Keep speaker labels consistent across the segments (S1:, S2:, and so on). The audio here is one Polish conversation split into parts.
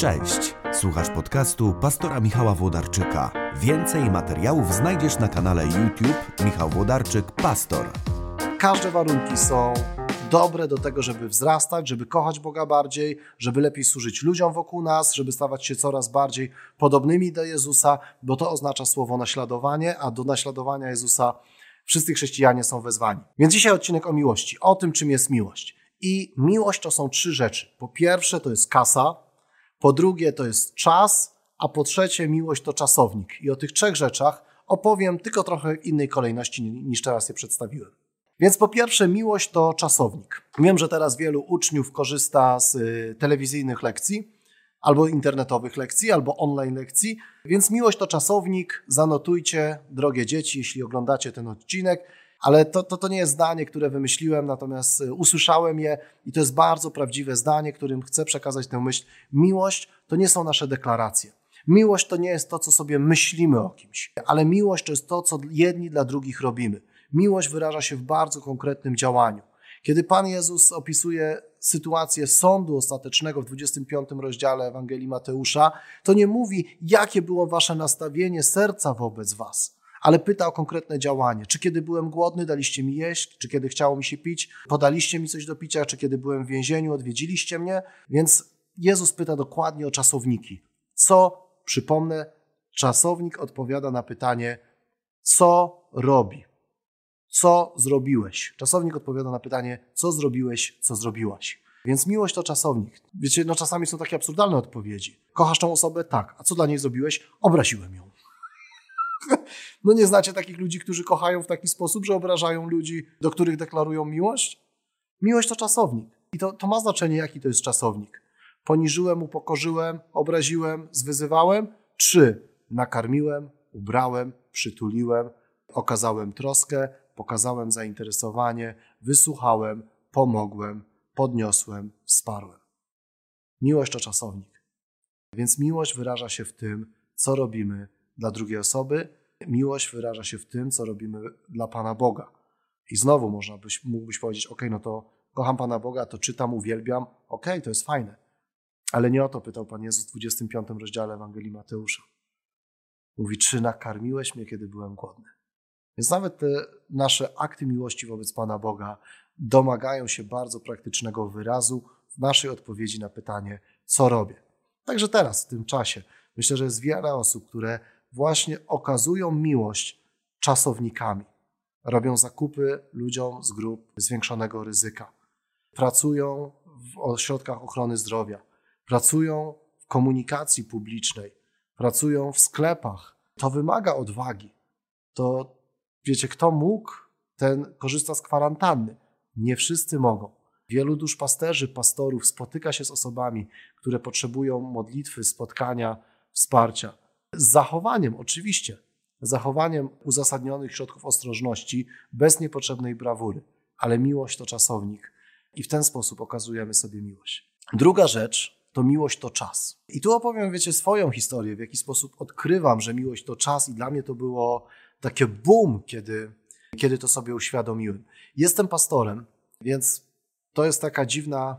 S1: Cześć, słuchasz podcastu pastora Michała Włodarczyka. Więcej materiałów znajdziesz na kanale YouTube Michał Włodarczyk Pastor.
S2: Każde warunki są dobre do tego, żeby wzrastać, żeby kochać Boga bardziej, żeby lepiej służyć ludziom wokół nas, żeby stawać się coraz bardziej podobnymi do Jezusa, bo to oznacza słowo naśladowanie, a do naśladowania Jezusa wszyscy chrześcijanie są wezwani. Więc dzisiaj odcinek o miłości, o tym, czym jest miłość. I miłość to są trzy rzeczy. Po pierwsze to jest kasa, po drugie to jest czas, a po trzecie miłość to czasownik. I o tych trzech rzeczach opowiem tylko trochę w innej kolejności niż teraz je przedstawiłem. Więc po pierwsze miłość to czasownik. Wiem, że teraz wielu uczniów korzysta z telewizyjnych lekcji, albo internetowych lekcji, albo online lekcji, więc miłość to czasownik. Zanotujcie, drogie dzieci, jeśli oglądacie ten odcinek, ale to nie jest zdanie, które wymyśliłem, natomiast usłyszałem je i to jest bardzo prawdziwe zdanie, którym chcę przekazać tę myśl. Miłość to nie są nasze deklaracje. Miłość to nie jest to, co sobie myślimy o kimś, ale miłość to jest to, co jedni dla drugich robimy. Miłość wyraża się w bardzo konkretnym działaniu. Kiedy Pan Jezus opisuje sytuację sądu ostatecznego w 25 rozdziale Ewangelii Mateusza, to nie mówi, jakie było wasze nastawienie serca wobec was, ale pyta o konkretne działanie. Czy kiedy byłem głodny, daliście mi jeść? Czy kiedy chciało mi się pić, podaliście mi coś do picia? Czy kiedy byłem w więzieniu, odwiedziliście mnie? Więc Jezus pyta dokładnie o czasowniki. Co, przypomnę, czasownik odpowiada na pytanie, co robi? Co zrobiłeś? Czasownik odpowiada na pytanie, co zrobiłeś, co zrobiłaś. Więc miłość to czasownik. Wiecie, czasami są takie absurdalne odpowiedzi. Kochasz tą osobę? Tak. A co dla niej zrobiłeś? Obraziłem ją. Nie znacie takich ludzi, którzy kochają w taki sposób, że obrażają ludzi, do których deklarują miłość? Miłość to czasownik. I to ma znaczenie, jaki to jest czasownik. Poniżyłem, upokorzyłem, obraziłem, zwyzywałem, czy nakarmiłem, ubrałem, przytuliłem, okazałem troskę, pokazałem zainteresowanie, wysłuchałem, pomogłem, podniosłem, wsparłem. Miłość to czasownik. Więc miłość wyraża się w tym, co robimy dla drugiej osoby. Miłość wyraża się w tym, co robimy dla Pana Boga. I znowu mógłbyś powiedzieć, to kocham Pana Boga, to czytam, uwielbiam. To jest fajne. Ale nie o to pytał Pan Jezus w 25 rozdziale Ewangelii Mateusza. Mówi, czy nakarmiłeś mnie, kiedy byłem głodny? Więc nawet te nasze akty miłości wobec Pana Boga domagają się bardzo praktycznego wyrazu w naszej odpowiedzi na pytanie, co robię. Także teraz, w tym czasie, myślę, że jest wiele osób, które właśnie okazują miłość czasownikami. Robią zakupy ludziom z grup zwiększonego ryzyka. Pracują w ośrodkach ochrony zdrowia. Pracują w komunikacji publicznej. Pracują w sklepach. To wymaga odwagi. To wiecie, kto mógł, ten korzysta z kwarantanny. Nie wszyscy mogą. Wielu duszpasterzy, pastorów spotyka się z osobami, które potrzebują modlitwy, spotkania, wsparcia. Z zachowaniem, oczywiście, zachowaniem uzasadnionych środków ostrożności, bez niepotrzebnej brawury. Ale miłość to czasownik i w ten sposób okazujemy sobie miłość. Druga rzecz to miłość to czas. I tu opowiem, swoją historię, w jaki sposób odkrywam, że miłość to czas i dla mnie to było takie boom, kiedy to sobie uświadomiłem. Jestem pastorem, więc to jest taka dziwna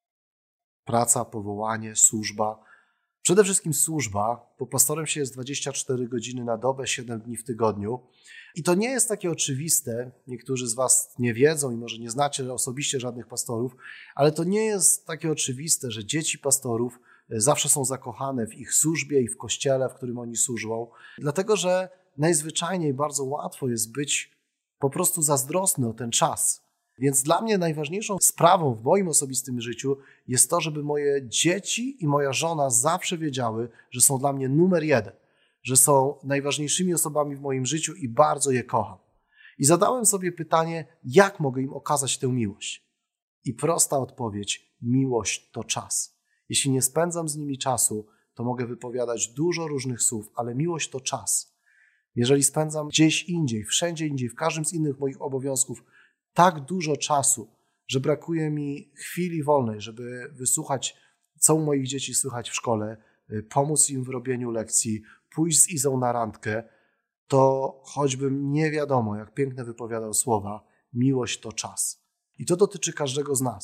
S2: praca, powołanie, służba. Przede wszystkim służba, bo pastorem się jest 24 godziny na dobę, 7 dni w tygodniu. I to nie jest takie oczywiste, niektórzy z was nie wiedzą i może nie znacie osobiście żadnych pastorów, ale to nie jest takie oczywiste, że dzieci pastorów zawsze są zakochane w ich służbie i w kościele, w którym oni służą. Dlatego, że najzwyczajniej bardzo łatwo jest być po prostu zazdrosny o ten czas. Więc dla mnie najważniejszą sprawą w moim osobistym życiu jest to, żeby moje dzieci i moja żona zawsze wiedziały, że są dla mnie numer 1, że są najważniejszymi osobami w moim życiu i bardzo je kocham. I zadałem sobie pytanie, jak mogę im okazać tę miłość? I prosta odpowiedź, miłość to czas. Jeśli nie spędzam z nimi czasu, to mogę wypowiadać dużo różnych słów, ale miłość to czas. Jeżeli spędzam gdzieś indziej, wszędzie indziej, w każdym z innych moich obowiązków tak dużo czasu, że brakuje mi chwili wolnej, żeby wysłuchać, co u moich dzieci słychać w szkole, pomóc im w robieniu lekcji, pójść z Izą na randkę, to choćbym nie wiadomo, jak piękne wypowiadał słowa, miłość to czas. I to dotyczy każdego z nas.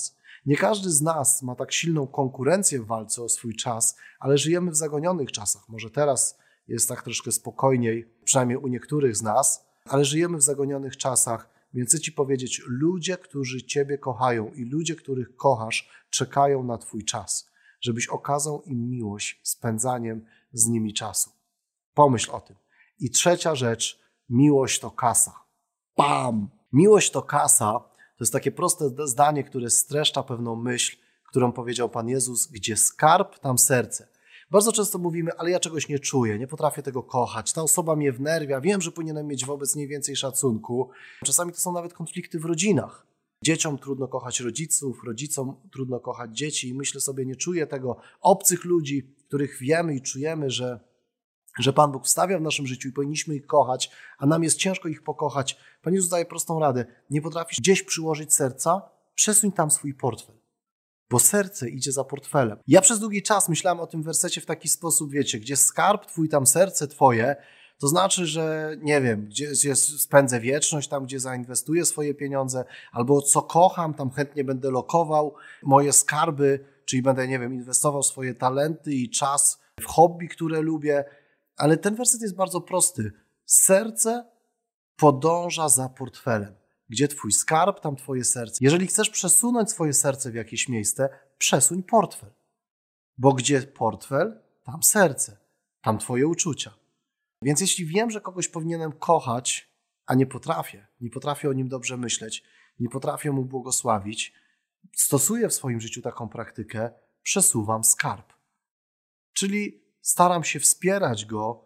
S2: Nie każdy z nas ma tak silną konkurencję w walce o swój czas, ale żyjemy w zagonionych czasach. Może teraz jest tak troszkę spokojniej, przynajmniej u niektórych z nas, ale żyjemy w zagonionych czasach, więc chcę Ci powiedzieć, ludzie, którzy Ciebie kochają i ludzie, których kochasz, czekają na Twój czas, żebyś okazał im miłość spędzaniem z nimi czasu. Pomyśl o tym. I trzecia rzecz, miłość to kasa. Bam! Miłość to kasa, to jest takie proste zdanie, które streszcza pewną myśl, którą powiedział Pan Jezus, gdzie skarb, tam serce. Bardzo często mówimy, ale ja czegoś nie czuję, nie potrafię tego kochać, ta osoba mnie wnerwia, wiem, że powinienem mieć wobec niej więcej szacunku. Czasami to są nawet konflikty w rodzinach. Dzieciom trudno kochać rodziców, rodzicom trudno kochać dzieci i myślę sobie, nie czuję tego. Obcych ludzi, których wiemy i czujemy, że Pan Bóg wstawia w naszym życiu i powinniśmy ich kochać, a nam jest ciężko ich pokochać. Pan Jezus daje prostą radę. Nie potrafisz gdzieś przyłożyć serca? Przesuń tam swój portfel. Bo serce idzie za portfelem. Ja przez długi czas myślałem o tym wersecie w taki sposób, wiecie, gdzie skarb twój, tam serce twoje, to znaczy, że nie wiem, gdzie spędzę wieczność, tam gdzie zainwestuję swoje pieniądze, albo co kocham, tam chętnie będę lokował moje skarby, czyli będę, nie wiem, inwestował swoje talenty i czas w hobby, które lubię. Ale ten werset jest bardzo prosty. Serce podąża za portfelem. Gdzie twój skarb, tam twoje serce. Jeżeli chcesz przesunąć swoje serce w jakieś miejsce, przesuń portfel. Bo gdzie portfel, tam serce, tam twoje uczucia. Więc jeśli wiem, że kogoś powinienem kochać, a nie potrafię o nim dobrze myśleć, nie potrafię mu błogosławić, stosuję w swoim życiu taką praktykę, przesuwam skarb. Czyli staram się wspierać go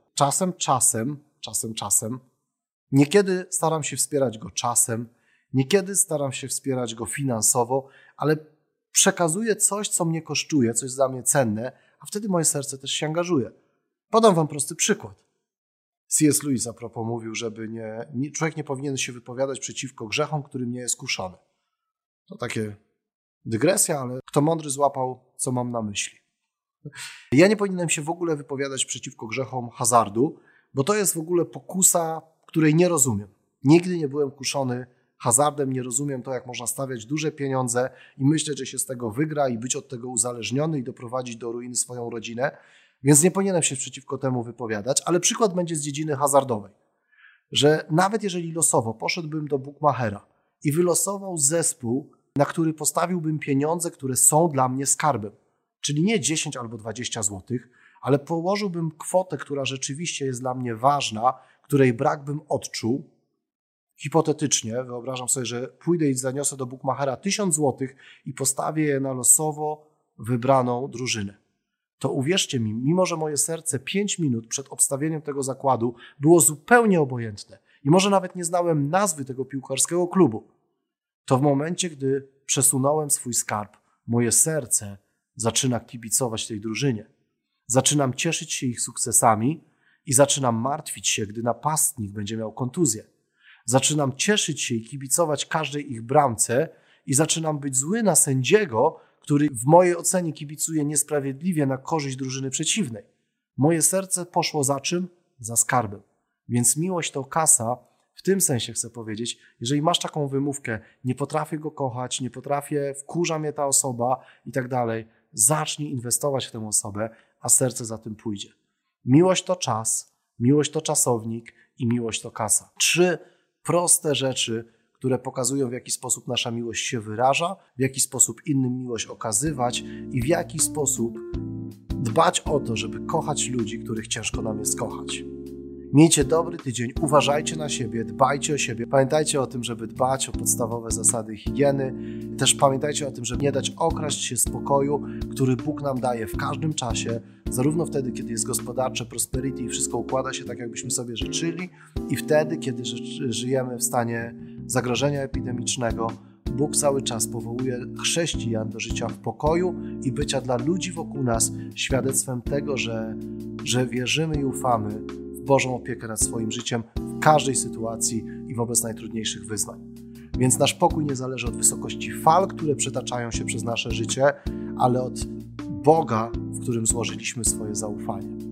S2: czasem. Niekiedy staram się wspierać go czasem, niekiedy staram się wspierać go finansowo, ale przekazuję coś, co mnie kosztuje, coś dla mnie cenne, a wtedy moje serce też się angażuje. Podam wam prosty przykład. C.S. Lewis a propos mówił, żeby człowiek nie powinien się wypowiadać przeciwko grzechom, którym nie jest kuszony. To takie dygresja, ale kto mądry złapał, co mam na myśli. Ja nie powinienem się w ogóle wypowiadać przeciwko grzechom hazardu, bo to jest w ogóle pokusa, której nie rozumiem. Nigdy nie byłem kuszony hazardem, nie rozumiem to, jak można stawiać duże pieniądze i myśleć, że się z tego wygra i być od tego uzależniony i doprowadzić do ruiny swoją rodzinę, więc nie powinienem się przeciwko temu wypowiadać, ale przykład będzie z dziedziny hazardowej, że nawet jeżeli losowo poszedłbym do bookmachera i wylosował zespół, na który postawiłbym pieniądze, które są dla mnie skarbem, czyli nie 10 albo 20 złotych, ale położyłbym kwotę, która rzeczywiście jest dla mnie ważna, której brak bym odczuł. Hipotetycznie wyobrażam sobie, że pójdę i zaniosę do bookmachera 1000 złotych i postawię je na losowo wybraną drużynę. To uwierzcie mi, mimo że moje serce 5 minut przed obstawieniem tego zakładu było zupełnie obojętne i może nawet nie znałem nazwy tego piłkarskiego klubu, to w momencie, gdy przesunąłem swój skarb, moje serce zaczyna kibicować tej drużynie. Zaczynam cieszyć się ich sukcesami i zaczynam martwić się, gdy napastnik będzie miał kontuzję. Zaczynam cieszyć się i kibicować każdej ich bramce i zaczynam być zły na sędziego, który w mojej ocenie kibicuje niesprawiedliwie na korzyść drużyny przeciwnej. Moje serce poszło za czym? Za skarbem. Więc miłość to kasa, w tym sensie chcę powiedzieć, jeżeli masz taką wymówkę, nie potrafię go kochać, wkurza mnie ta osoba i tak dalej, zacznij inwestować w tę osobę, a serce za tym pójdzie. Miłość to czas, miłość to czasownik i miłość to kasa. 3 proste rzeczy, które pokazują, w jaki sposób nasza miłość się wyraża, w jaki sposób innym miłość okazywać i w jaki sposób dbać o to, żeby kochać ludzi, których ciężko nam jest kochać. Miejcie dobry tydzień, uważajcie na siebie, dbajcie o siebie. Pamiętajcie o tym, żeby dbać o podstawowe zasady higieny. Też pamiętajcie o tym, żeby nie dać okraść się spokoju, który Bóg nam daje w każdym czasie, zarówno wtedy, kiedy jest gospodarcze, prosperity i wszystko układa się tak, jakbyśmy sobie życzyli, i wtedy, kiedy żyjemy w stanie zagrożenia epidemicznego. Bóg cały czas powołuje chrześcijan do życia w pokoju i bycia dla ludzi wokół nas świadectwem tego, że wierzymy i ufamy w Bożą opiekę nad swoim życiem w każdej sytuacji i wobec najtrudniejszych wyzwań. Więc nasz pokój nie zależy od wysokości fal, które przetaczają się przez nasze życie, ale od Boga, w którym złożyliśmy swoje zaufanie.